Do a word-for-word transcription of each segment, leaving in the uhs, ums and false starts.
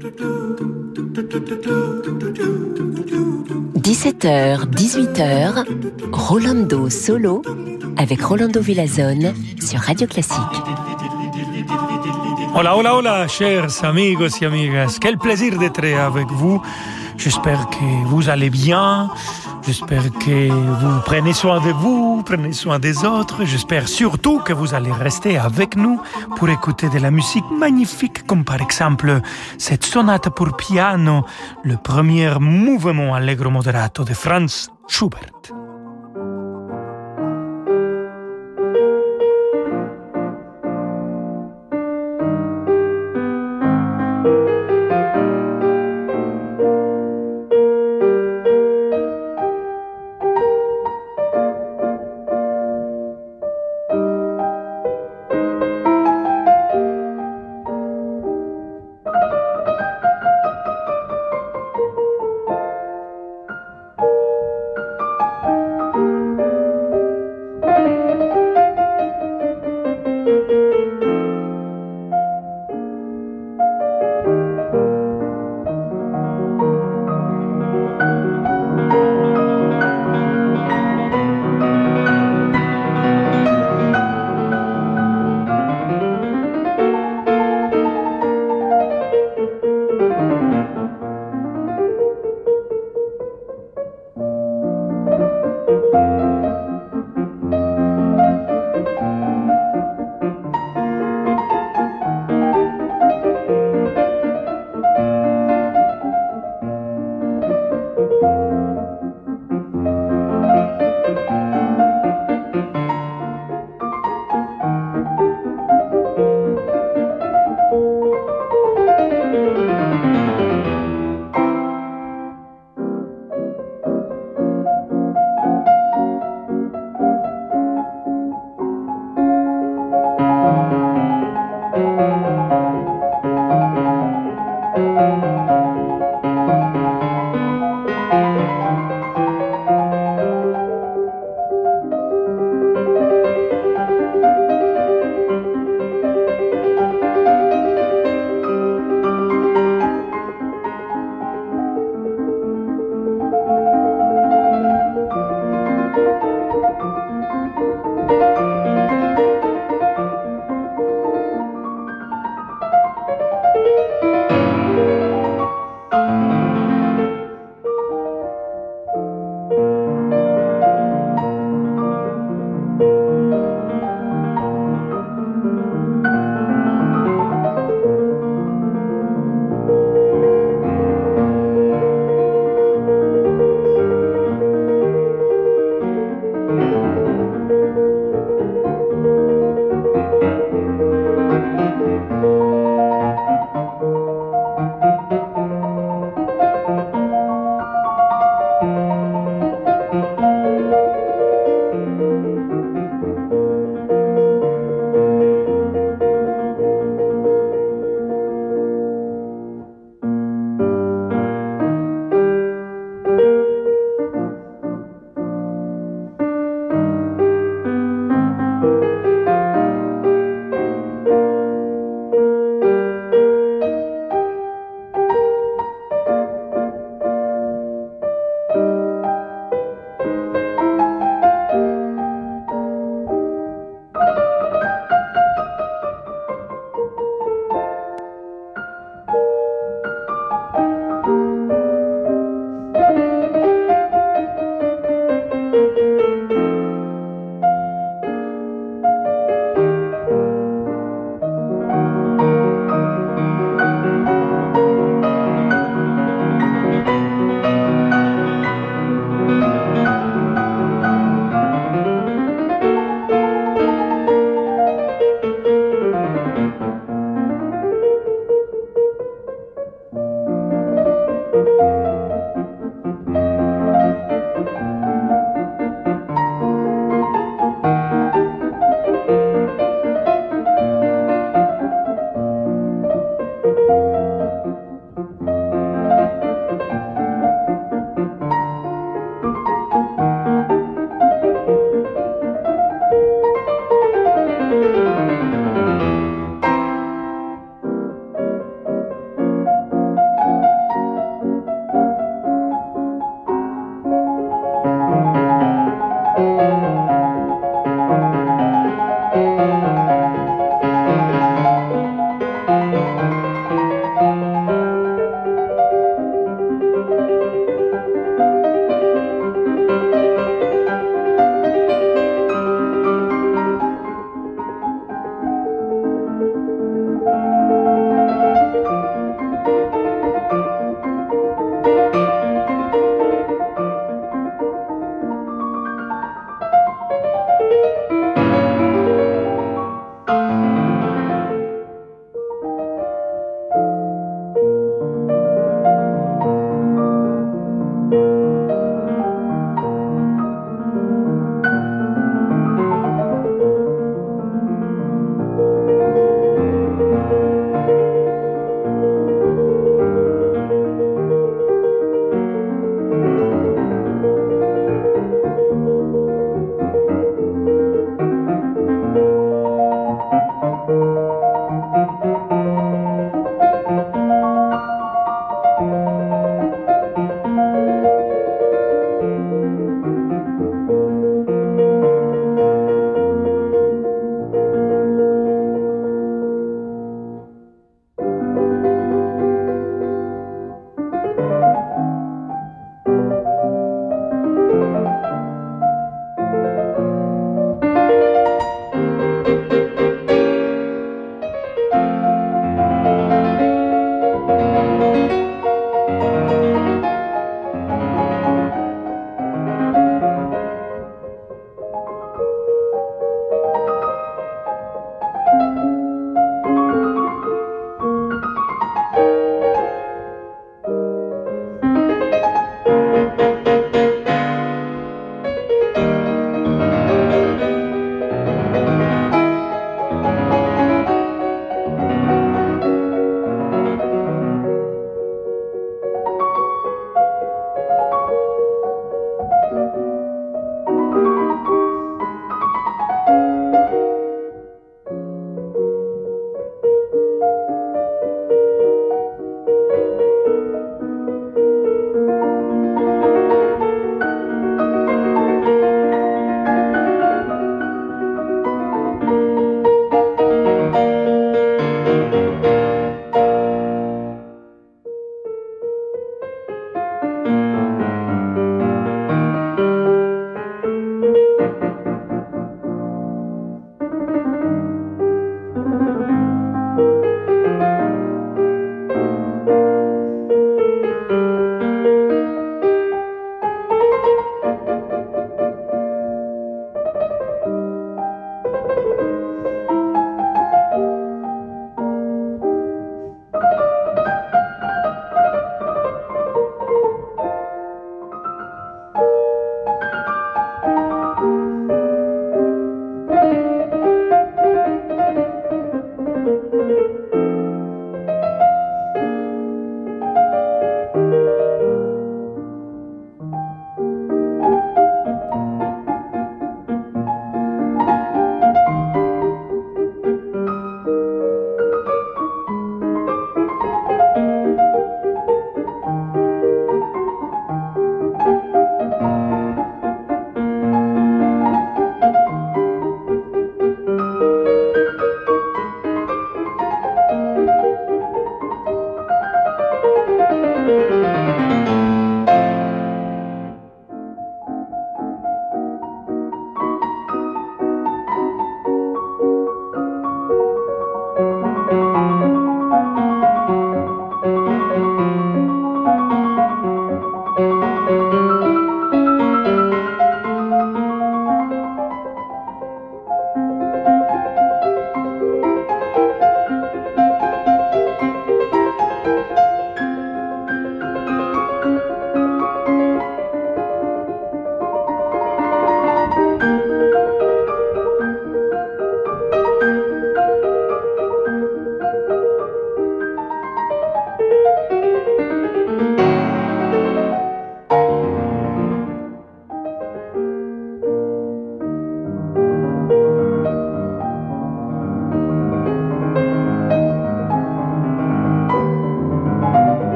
dix-sept heures, dix-huit heures, Rolando Solo avec Rolando Villazone sur Radio Classique. Hola, hola, hola, chers amigos y amigas. Quel plaisir d'être avec vous. J'espère que vous allez bien. J'espère que vous prenez soin de vous, prenez soin des autres. J'espère surtout que vous allez rester avec nous pour écouter de la musique magnifique, comme par exemple cette sonate pour piano, le premier mouvement allegro moderato de Franz Schubert.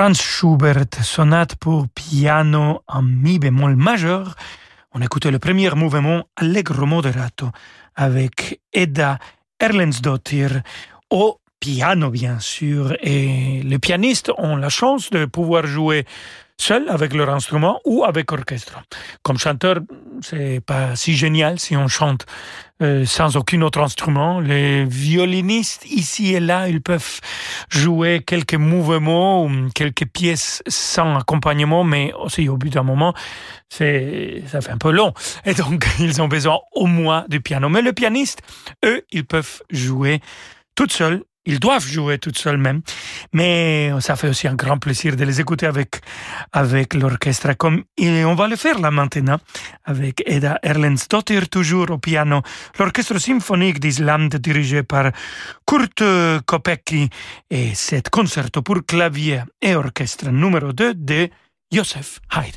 Franz Schubert, sonate pour piano en mi bémol majeur. On écoutait le premier mouvement Allegro moderato avec Edda Erlendsdottir au piano bien sûr. Et les pianistes ont la chance de pouvoir jouer seuls avec leur instrument ou avec orchestre. Comme chanteur, c'est pas si génial si on chante euh, sans aucun autre instrument. Les violinistes ici et là, ils peuvent jouer quelques mouvements ou quelques pièces sans accompagnement, mais aussi au bout d'un moment, c'est ça fait un peu long. Et donc, ils ont besoin au moins du piano. Mais les pianistes, eux, ils peuvent jouer tout seuls. Ils doivent jouer tout seuls même, mais ça fait aussi un grand plaisir de les écouter avec, avec l'orchestre. Comme, et on va le faire là maintenant avec Edda Erlendsdottir, toujours au piano. L'orchestre symphonique d'Islande dirigé par Kurt Kopecky et cet concerto pour clavier et orchestre numéro deux de Joseph Haydn.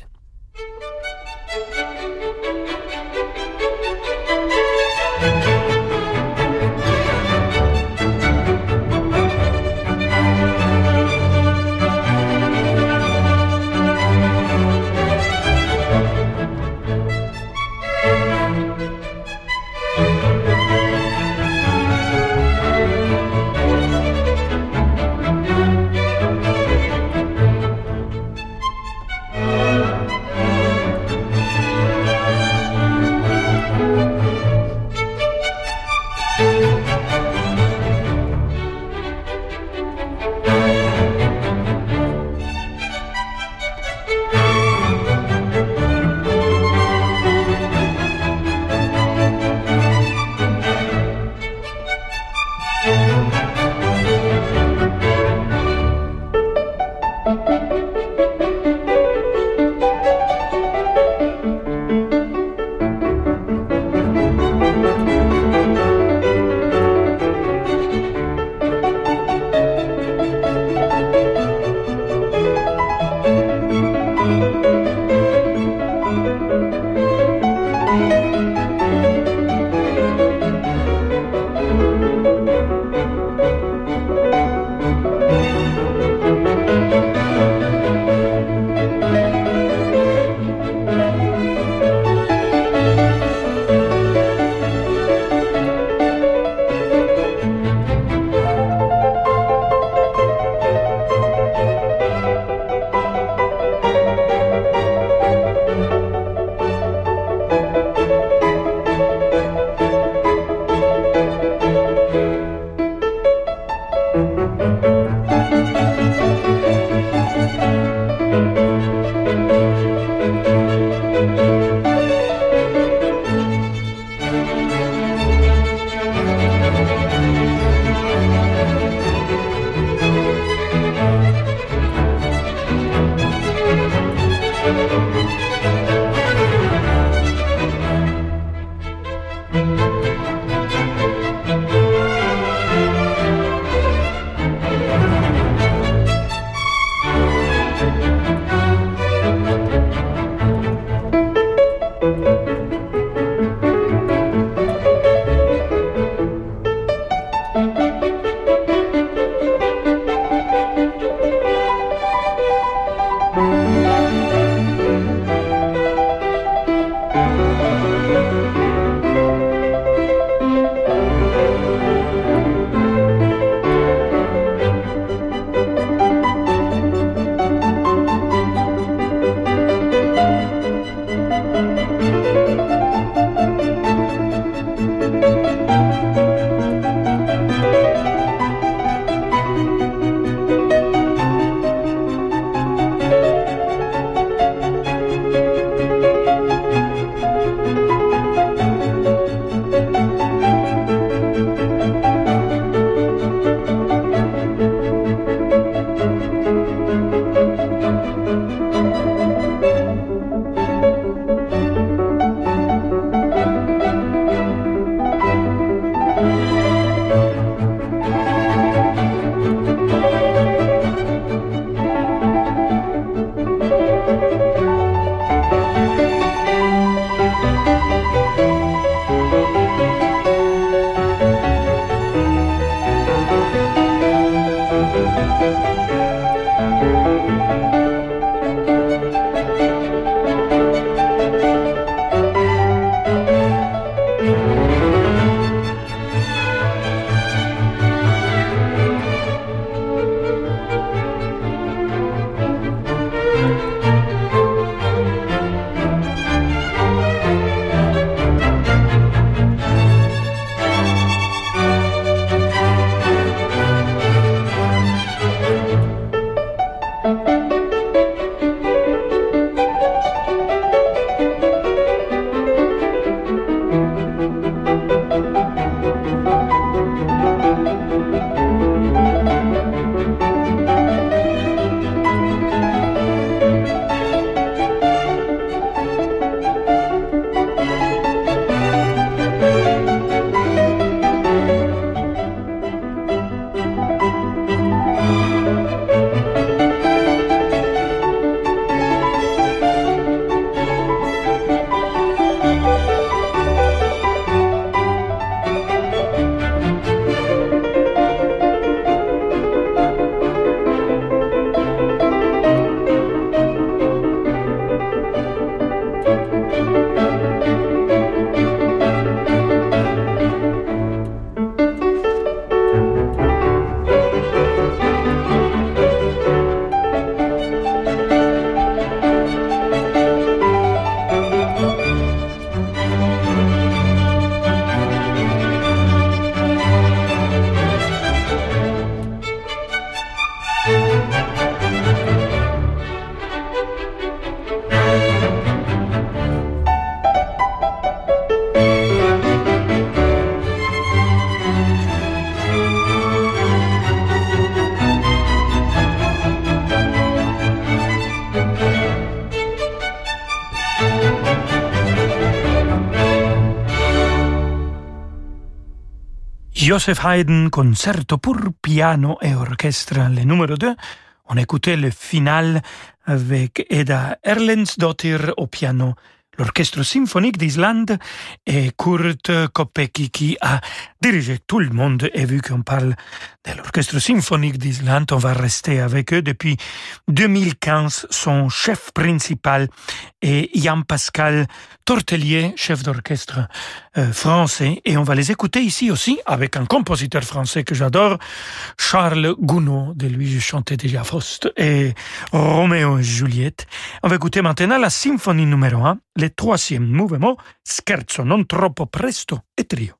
Joseph Haydn, concerto pour piano et orchestre, le numéro deux. On écoutait le final avec Eda Erlendsdottir au piano, l'Orchestre symphonique d'Islande et Kurt Kopecky qui a dirigé tout le monde. Et vu qu'on parle de l'Orchestre symphonique d'Islande, on va rester avec eux depuis deux mille quinze. Son chef principal est Jean-Pascal Tortelier, chef d'orchestre euh, français. Et on va les écouter ici aussi avec un compositeur français que j'adore, Charles Gounod. De lui, je chantais déjà Faust et Roméo et Juliette. On va écouter maintenant la symphonie numéro un, le troisième mouvement, Scherzo non troppo presto et trio.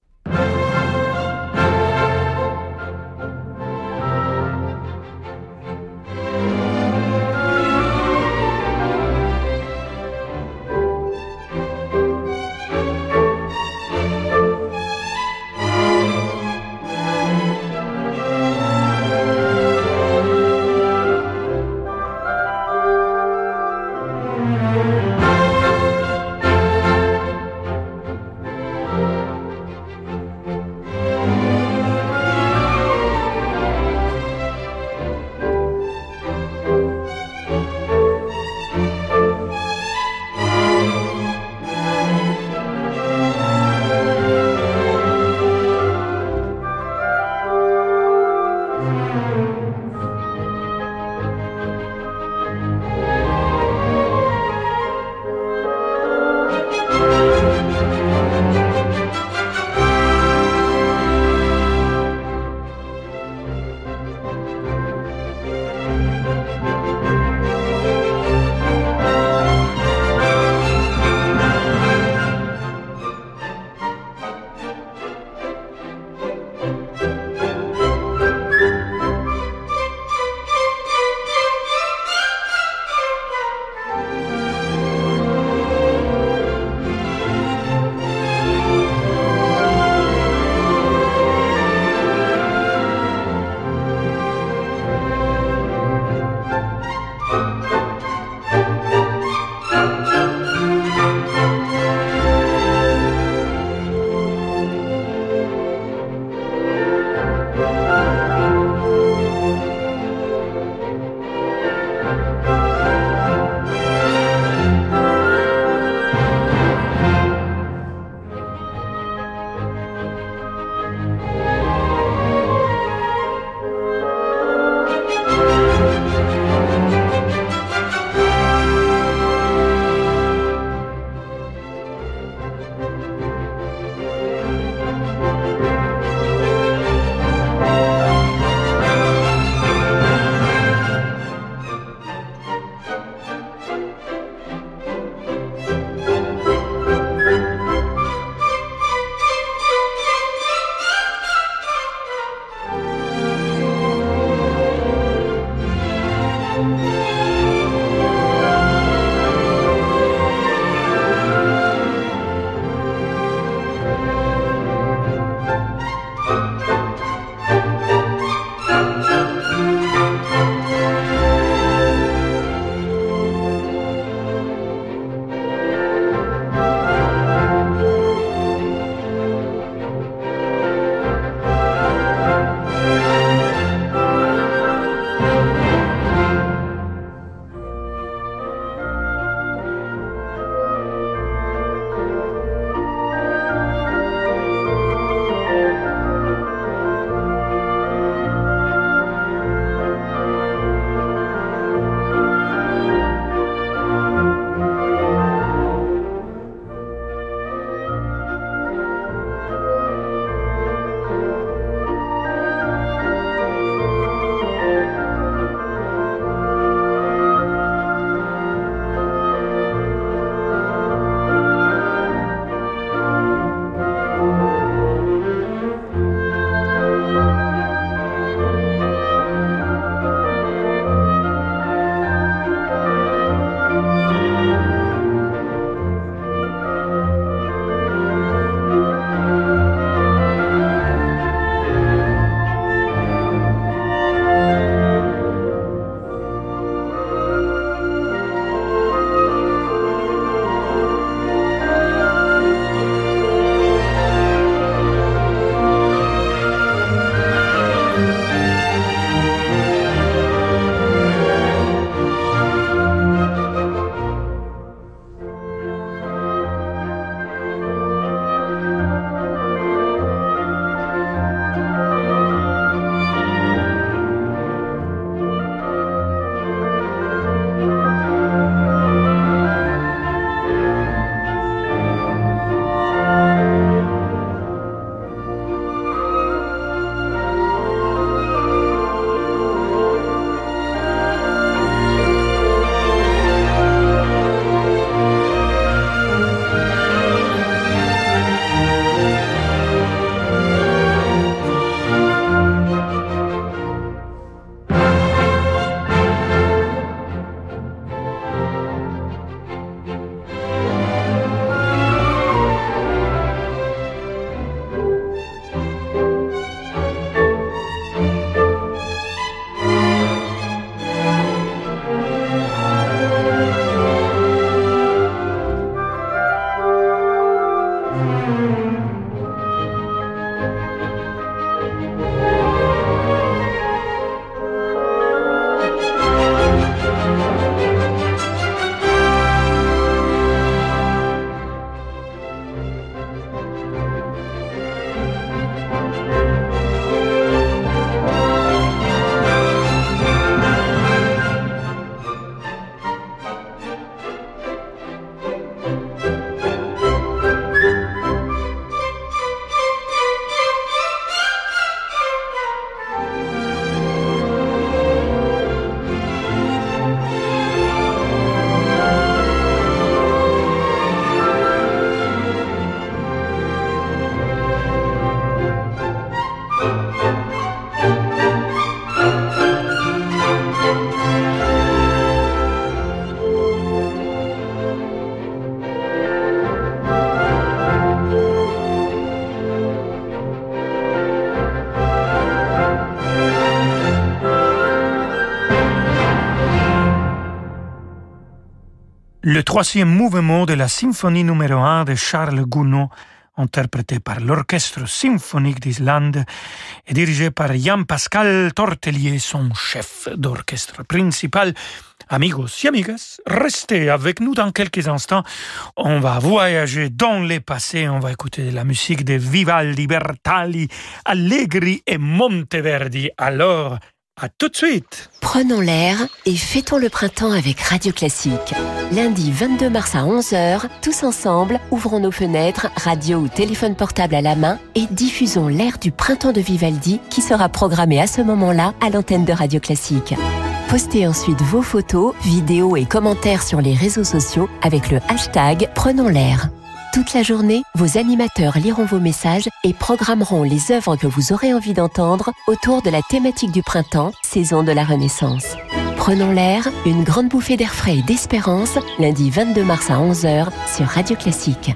le troisième mouvement de la symphonie numéro un de Charles Gounod, interprété par l'Orchestre symphonique d'Islande et dirigé par Jean-Pascal Tortelier, son chef d'orchestre principal. Amigos et amigas, restez avec nous dans quelques instants. On va voyager dans le passé, on va écouter la musique de Vivaldi, Bertali, Allegri et Monteverdi. Alors, à tout de suite. Prenons l'air et fêtons le printemps avec Radio Classique. Lundi vingt-deux mars à onze heures, tous ensemble, ouvrons nos fenêtres, radio ou téléphone portable à la main et diffusons l'air du printemps de Vivaldi qui sera programmé à ce moment-là à l'antenne de Radio Classique. Postez ensuite vos photos, vidéos et commentaires sur les réseaux sociaux avec le hashtag Prenons l'air. Toute la journée, vos animateurs liront vos messages et programmeront les œuvres que vous aurez envie d'entendre autour de la thématique du printemps, saison de la Renaissance. Prenons l'air, une grande bouffée d'air frais et d'espérance, lundi vingt-deux mars à onze heures sur Radio Classique.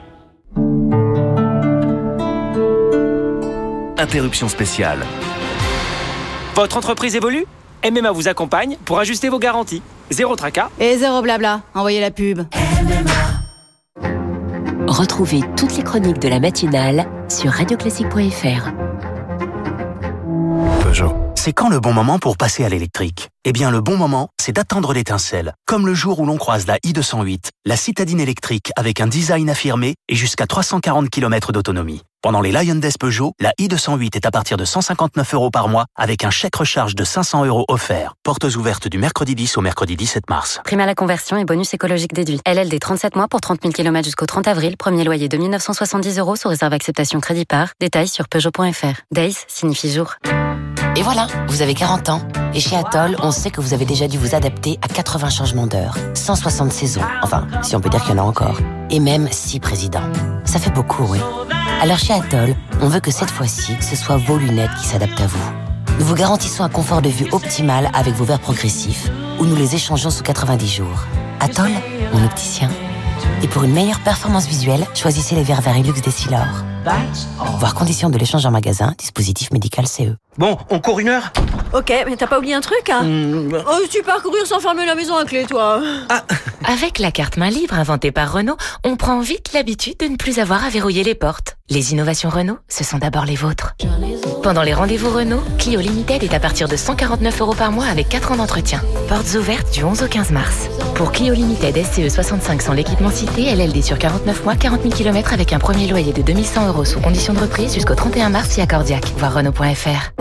Interruption spéciale. Votre entreprise évolue ? M M A vous accompagne pour ajuster vos garanties. Zéro tracas. Et zéro blabla. Envoyez la pub. M M A. Retrouvez toutes les chroniques de la matinale sur radioclassique point f r. Peugeot. C'est quand le bon moment pour passer à l'électrique ? Eh bien, le bon moment, c'est d'attendre l'étincelle. Comme le jour où l'on croise la i deux cent huit, la citadine électrique avec un design affirmé et jusqu'à trois cent quarante kilomètres d'autonomie. Pendant les Lion Days Peugeot, la i deux cent huit est à partir de cent cinquante-neuf euros par mois avec un chèque recharge de cinq cents euros offert. Portes ouvertes du mercredi dix au mercredi dix-sept mars. Prime à la conversion et bonus écologique déduit. L L D trente-sept mois pour trente mille kilomètres jusqu'au trente avril. Premier loyer deux mille neuf cent soixante-dix euros sous réserve acceptation crédit par. Détails sur Peugeot point f r. Days signifie jour. Et voilà, vous avez quarante ans. Et chez Atoll, on sait que vous avez déjà dû vous adapter à quatre-vingts changements d'heure, cent soixante saisons, enfin, si on peut dire qu'il y en a encore, et même six présidents. Ça fait beaucoup, oui. Alors chez Atoll, on veut que cette fois-ci, ce soit vos lunettes qui s'adaptent à vous. Nous vous garantissons un confort de vue optimal avec vos verres progressifs, ou nous les échangeons sous quatre-vingt-dix jours. Atoll, mon opticien. Et pour une meilleure performance visuelle, choisissez les verres Varilux d'Essilor. Voir conditions de l'échange en magasin, dispositif médical C E. Bon, on court une heure ? Ok, mais t'as pas oublié un truc, hein mmh. Oh, tu pars courir sans fermer la maison à clé, toi. Ah. Avec la carte main libre inventée par Renault, on prend vite l'habitude de ne plus avoir à verrouiller les portes. Les innovations Renault, ce sont d'abord les vôtres. Pendant les rendez-vous Renault, Clio Limited est à partir de cent quarante-neuf euros par mois avec quatre ans d'entretien. Portes ouvertes du onze au quinze mars. Pour Clio Limited S C E soixante-cinq sans l'équipement cité, L L D sur quarante-neuf mois, quarante mille kilomètres avec un premier loyer de deux mille cent euros sous condition de reprise jusqu'au trente et un mars via Cordiac. Voir Renault point f r.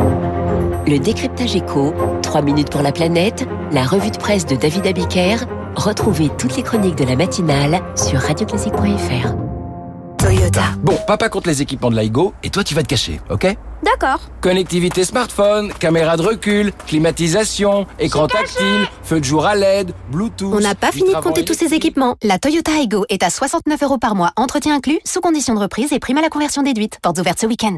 Le décryptage éco, trois minutes pour la planète, la revue de presse de David Abiker. Retrouvez toutes les chroniques de la matinale sur radioclassique point f r. Toyota. Bon, papa compte les équipements de L'iGo et toi tu vas te cacher, ok ? D'accord. Connectivité smartphone, caméra de recul, climatisation, écran tactile, feu de jour à L E D, Bluetooth... On n'a pas fini de compter tous ces équipements. La Toyota Aygo est à soixante-neuf euros par mois, entretien inclus, sous condition de reprise et prime à la conversion déduite. Portes ouvertes ce week-end.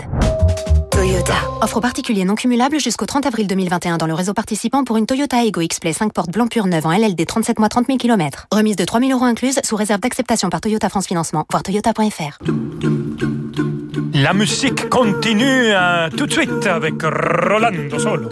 Toyota. Offre particulier non cumulable jusqu'au trente avril deux mille vingt et un dans le réseau participant pour une Toyota Aygo X-Play cinq portes blanc pur neuve en L L D trente-sept mois trente mille kilomètres. Remise de trois mille euros incluse sous réserve d'acceptation par Toyota France Financement. Voir toyota point f r. La musique continue hein, tout de suite avec Rolando Solo.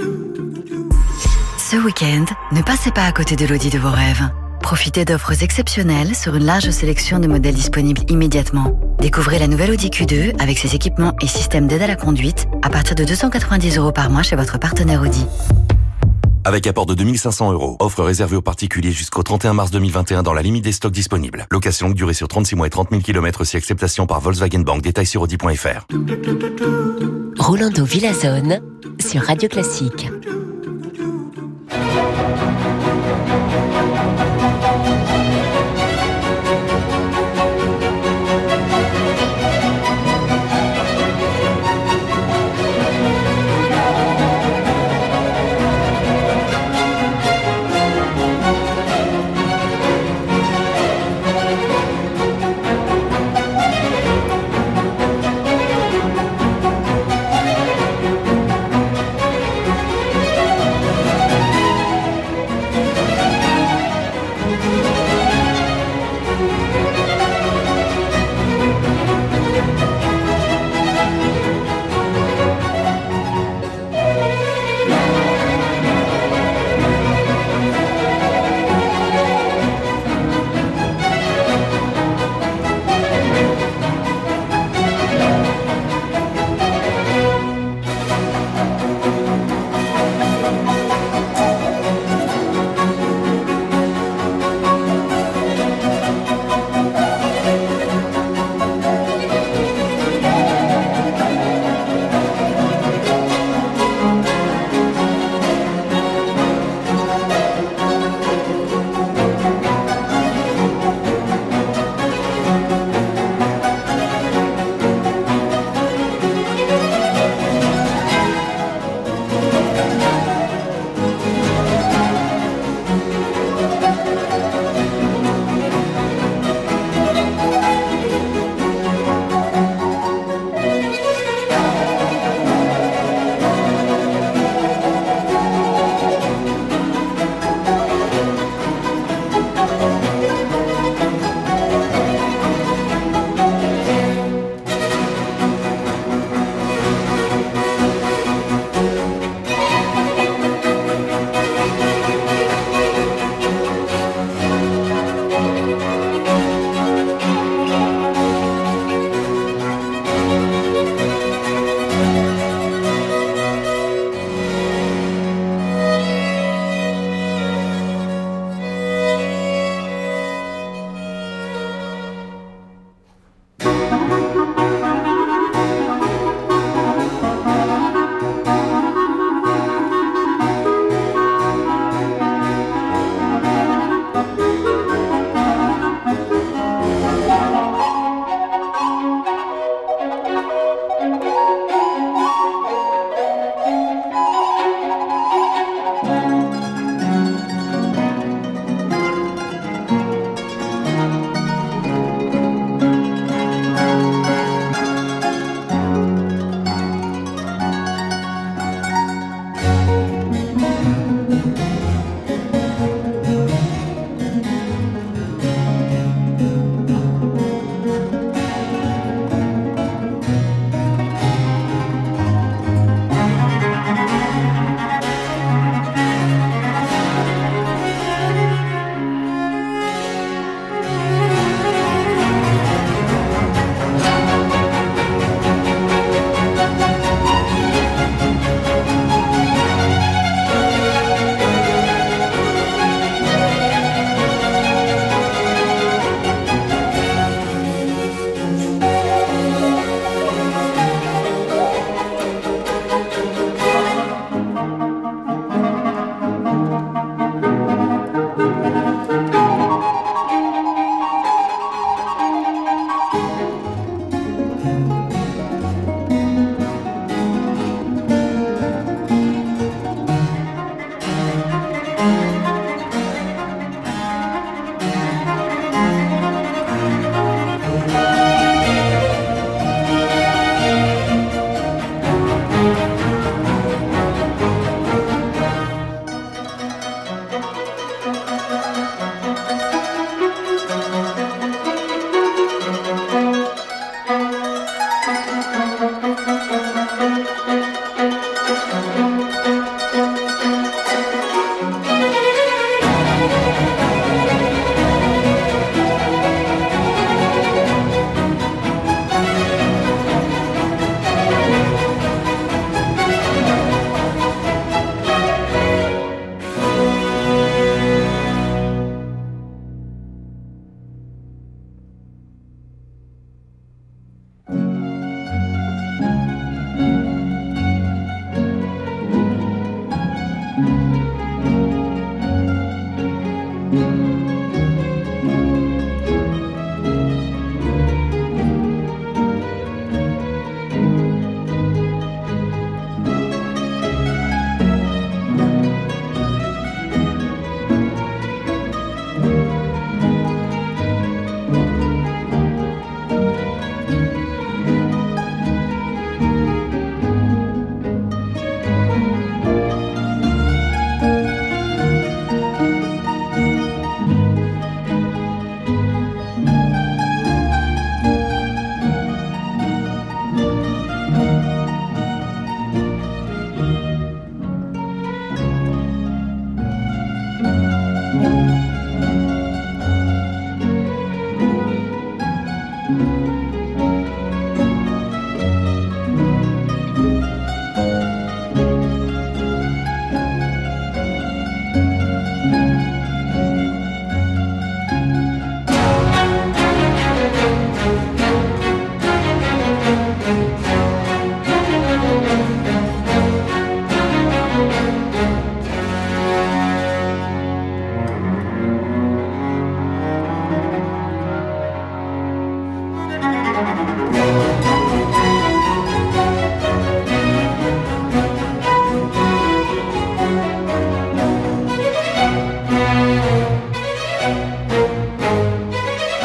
Ce week-end, ne passez pas à côté de l'Audi de vos rêves. Profitez d'offres exceptionnelles sur une large sélection de modèles disponibles immédiatement. Découvrez la nouvelle Audi Q deux avec ses équipements et systèmes d'aide à la conduite à partir de deux cent quatre-vingt-dix euros par mois chez votre partenaire Audi. Avec apport de deux mille cinq cents euros. Offre réservée aux particuliers jusqu'au trente et un mars deux mille vingt et un dans la limite des stocks disponibles. Location longue durée sur trente-six mois et trente mille kilomètres si acceptation par Volkswagen Bank. Détails sur audi point f r. Rolando Villazone sur Radio Classique.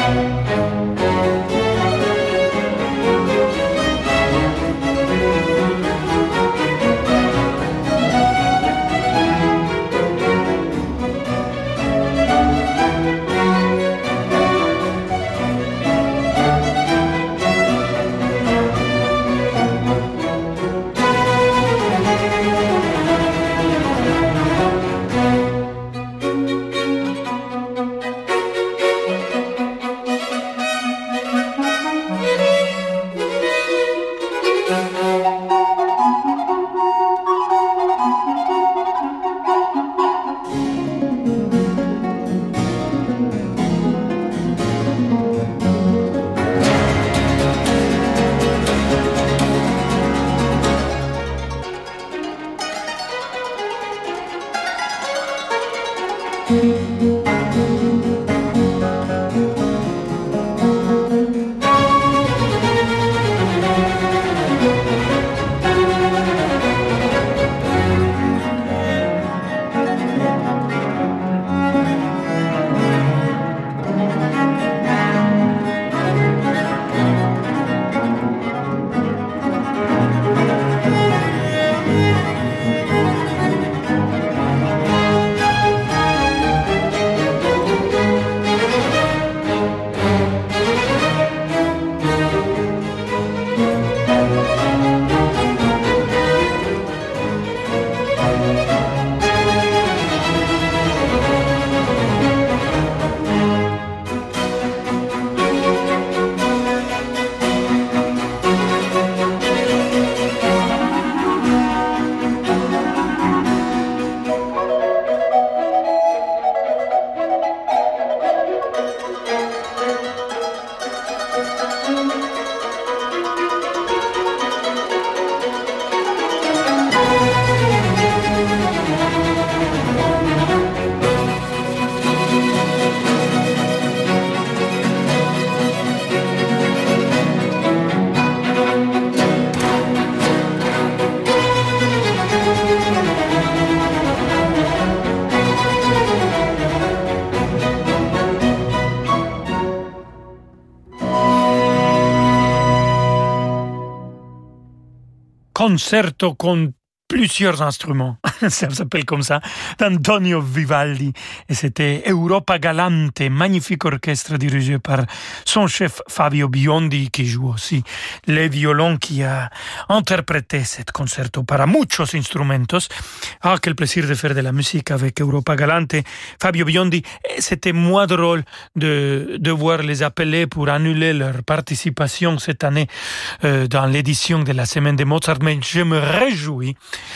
Concerto con plusieurs instruments, ça s'appelle comme ça, d'Antonio Vivaldi. Et c'était Europa Galante, magnifique orchestre dirigé par son chef Fabio Biondi, qui joue aussi les violons, qui a interprété cet concerto para muchos instrumentos. Ah, quel plaisir de faire de la musique avec Europa Galante, Fabio Biondi. Et c'était moins drôle de devoir les appeler pour annuler leur participation cette année euh, dans l'édition de la Semaine de Mozart, mais je me réjouis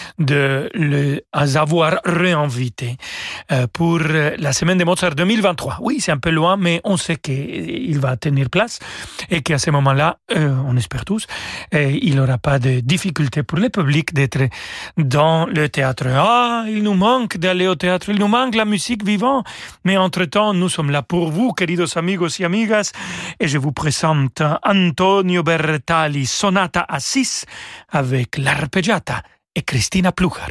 de les avoir réinvités euh, pour la Semaine de Mozart deux mille vingt-trois. Oui, c'est un peu loin, mais on sait qu'il va tenir place et qu'à ce moment-là, euh, on espère tous, euh, il n'aura pas de difficulté pour le public d'être dans le théâtre. Ah, il nous manque d'aller au théâtre, il nous manque la musique vivante, mais entre-temps, nous sommes là pour vous, queridos amigos y amigas, et je vous présente Antonio Bertali, Sonata à six avec l'arpeggiata et Christina Plucher.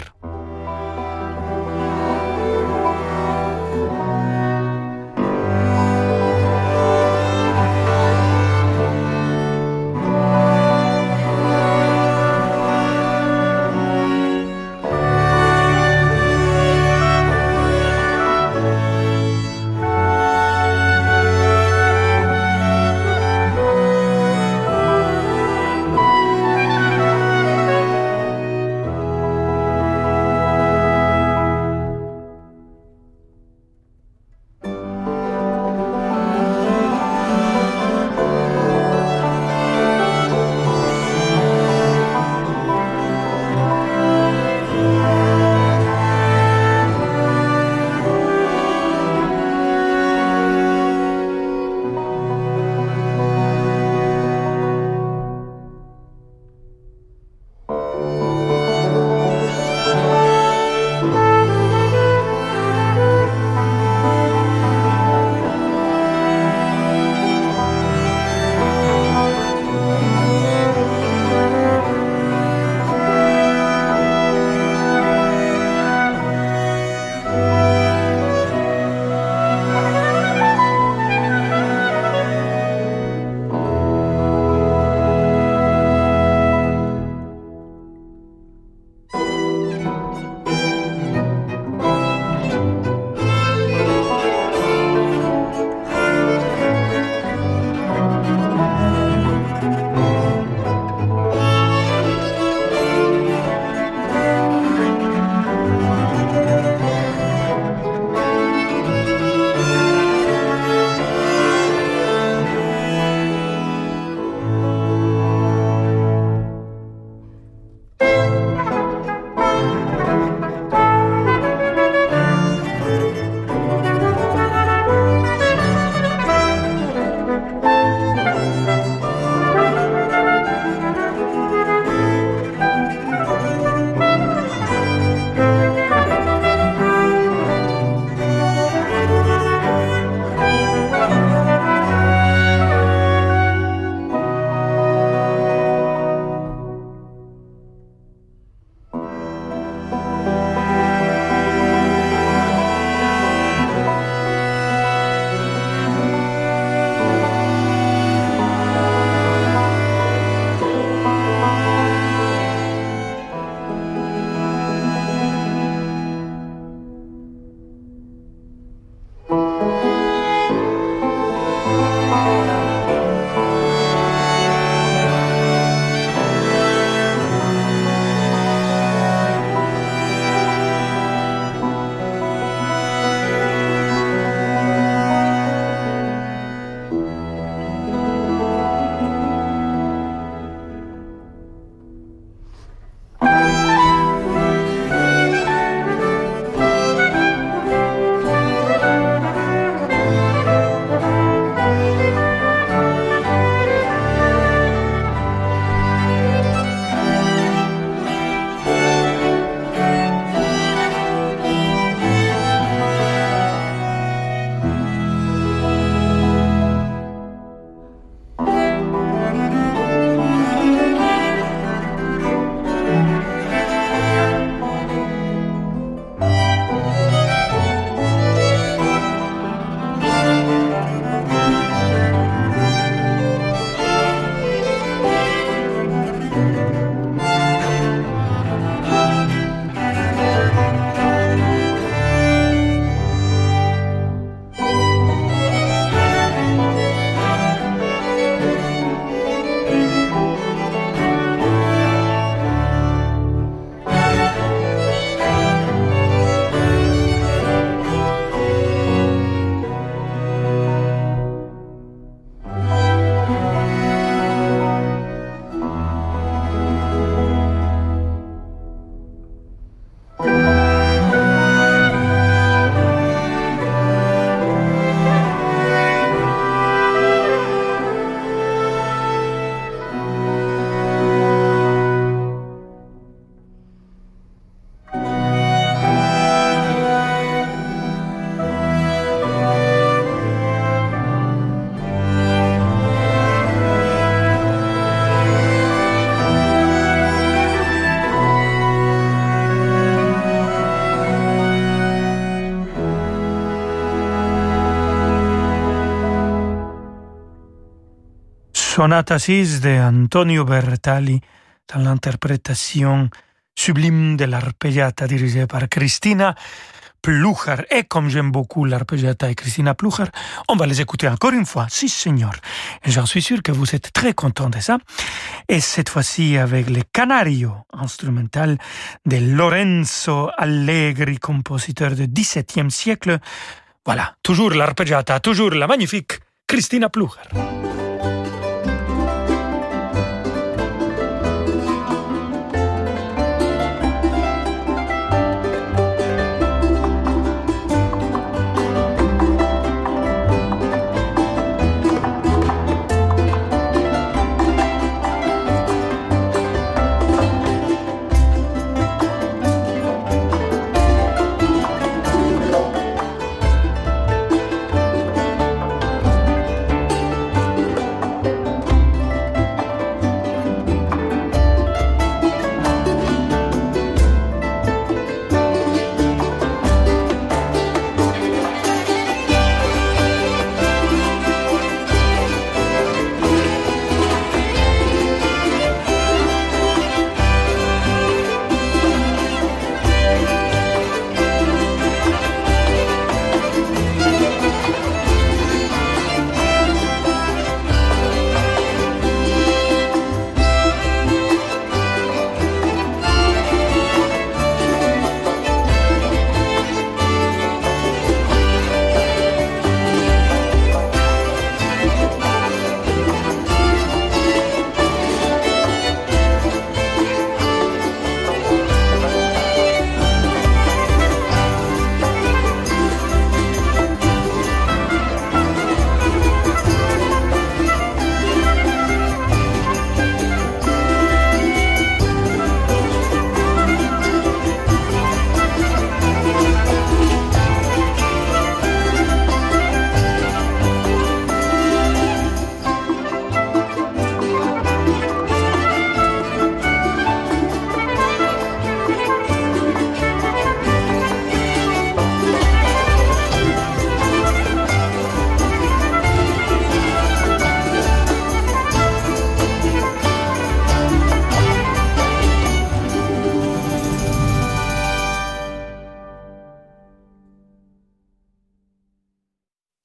Sonata six de Antonio Bertali dans l'interprétation sublime de l'arpeggiata dirigée par Christina Plucher. Et comme j'aime beaucoup l'arpeggiata et Christina Plucher, on va les écouter encore une fois, si signor. Et j'en suis sûr que vous êtes très contents de ça. Et cette fois-ci avec le Canario instrumental de Lorenzo Allegri, compositeur du dix-septième siècle. Voilà, toujours l'arpeggiata, toujours la magnifique Christina Plucher.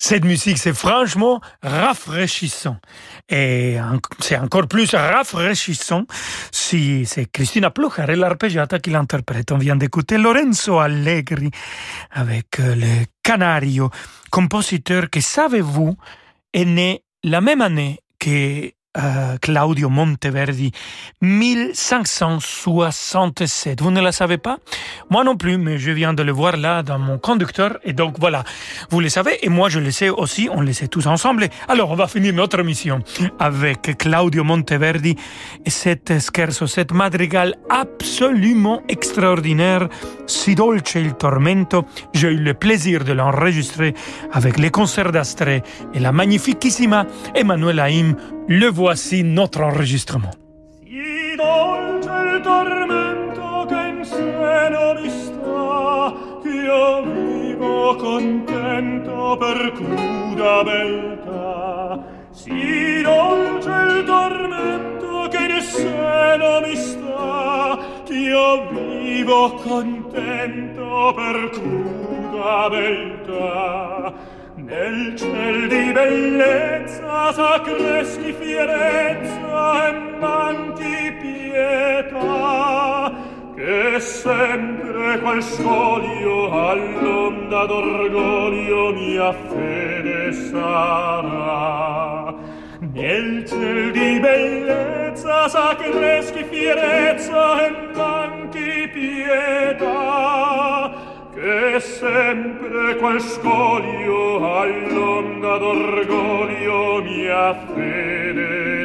Cette musique, c'est franchement rafraîchissant. Et c'est encore plus rafraîchissant si c'est Cristina Plucher et l'arpeggiata qui l'interprète. On vient d'écouter Lorenzo Allegri avec le Canario, compositeur que, savez-vous, est né la même année que euh, Claudio Monteverdi, mille cinq cent soixante-sept. Vous ne la savez pas? Moi non plus, mais je viens de le voir là dans mon conducteur. Et donc voilà, vous le savez, et moi je le sais aussi, on le sait tous ensemble. Alors on va finir notre mission avec Claudio Monteverdi et cette scherzo, cette madrigal absolument extraordinaire, Si dolce il tormento. J'ai eu le plaisir de l'enregistrer avec les concerts d'Astrée et la magnifiquissima Emanuela Haim. Le voici, notre enregistrement. Si dolce il tormento che in seno mi sta, io vivo contento per cruda beltà. Si dolce il tormento che in seno mi sta, io vivo contento per cruda beltà. Nel ciel di bellezza s'accreschi fierezza e manchi pietà, che sempre qual scoglio all'onda d'orgoglio mia fede sarà. Nel ciel di bellezza s'accreschi fierezza e manchi pietà, che sempre qual scoglio all'onda d'orgoglio mia fede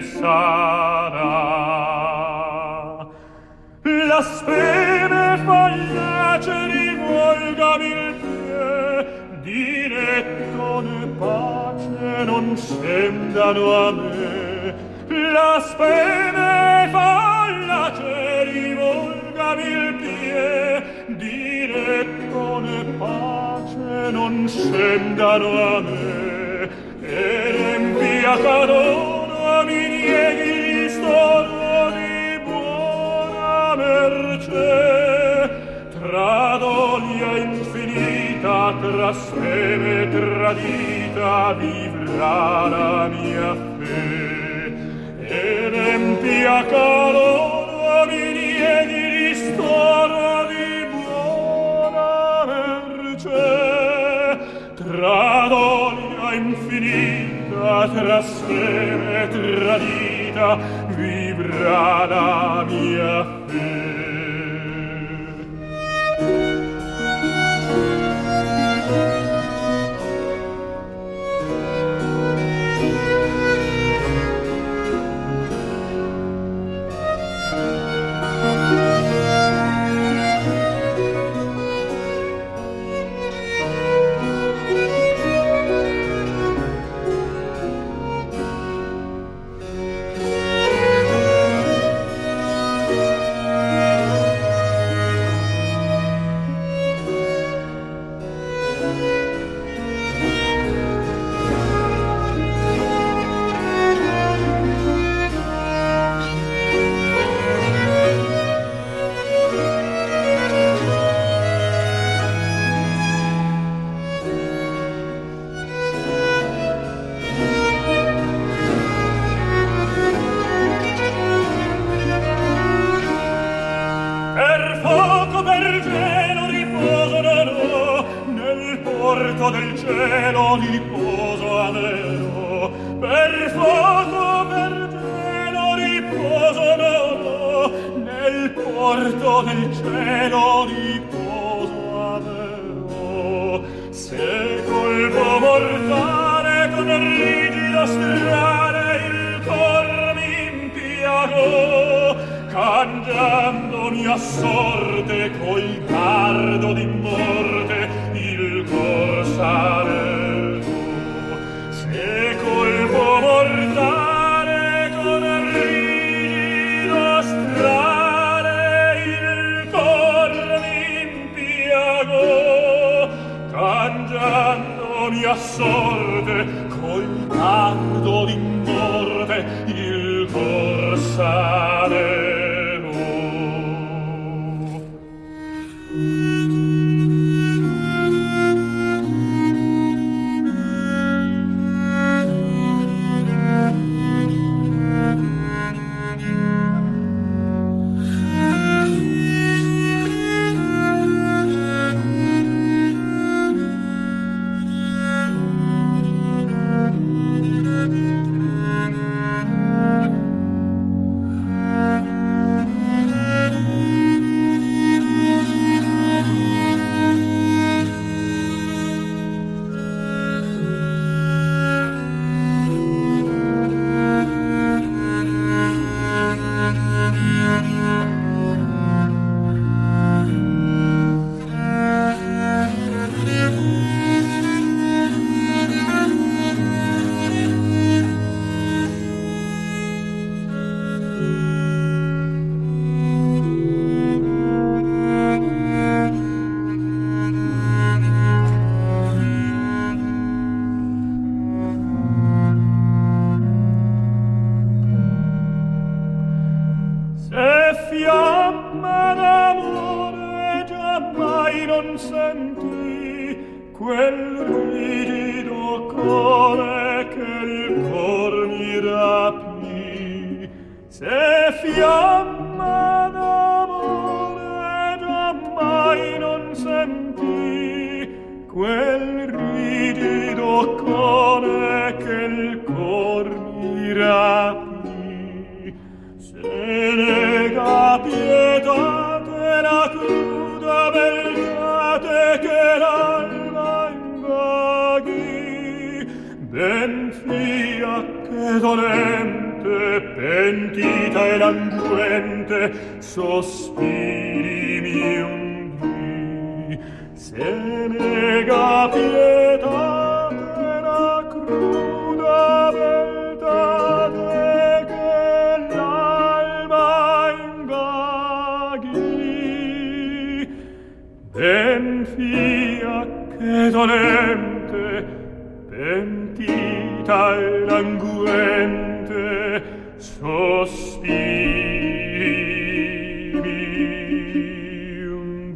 sarà. La speme fallace rivolgami il pie, di netto né pace non scendano a me. La speme fallace rivolgami il pie, di netto né pace non scendano a me. Ed in via Cadona mi nieghi l'istoria di buona mercé, tra doglia infinita, tra speme tradita vivrà la mia fe. Ed in via Cadona mi nieghi l'istoria di buona mercé, tra doglia infinita, tra speme tradita vivrà la mia fe. Del cielo riposo ameno, per fuoco, per cielo riposo no, nel porto del cielo riposo ameno. Se colpo mortale con rigido strane il cor mi impiago, cangiandomi a sorte col dardo di morte il cor saremo. Se colpo mortale con rigido strane il cor mi impiago, cangiandomi a sorte col dardo di morte il cor saremo. non sentì quel rigido core che il cor mi rapì. Se fiamma d'amore giammai non sentì quel rigido core che il cor mi rapì. Se nega pietate la cruda beltate che l'alba invaghi, ben fia che dolente, pentita e languente, sospiri mi undi. Se nega pietate la cruda beltate che l'alba invaghi, ben fia che dolente, pentita e languente, sospiri mi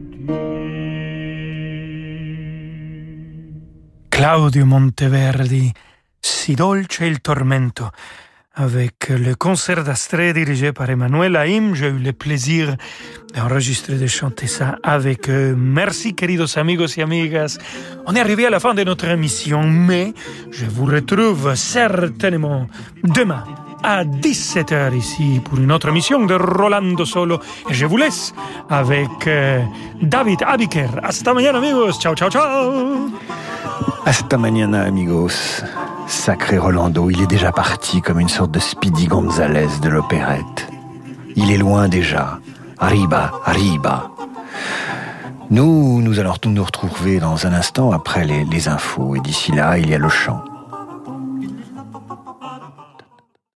undi. Claudio Monteverdi, Si dolce il tormento, avec le concert d'Astrée dirigé par Emmanuel Haïm. J'ai eu le plaisir d'enregistrer, de chanter ça avec eux. Merci, queridos amigos y amigas. On est arrivé à la fin de notre émission, mais je vous retrouve certainement demain à dix-sept heures ici pour une autre émission de Rolando Solo. Et je vous laisse avec euh, David Abiker. Hasta mañana, amigos. Ciao, ciao, ciao. Hasta mañana, amigos. Sacré Rolando, il est déjà parti comme une sorte de Speedy Gonzales de l'opérette. Il est loin déjà. Arriba, arriba. Nous, nous allons nous retrouver dans un instant après les, les infos. Et d'ici là, il y a le chant.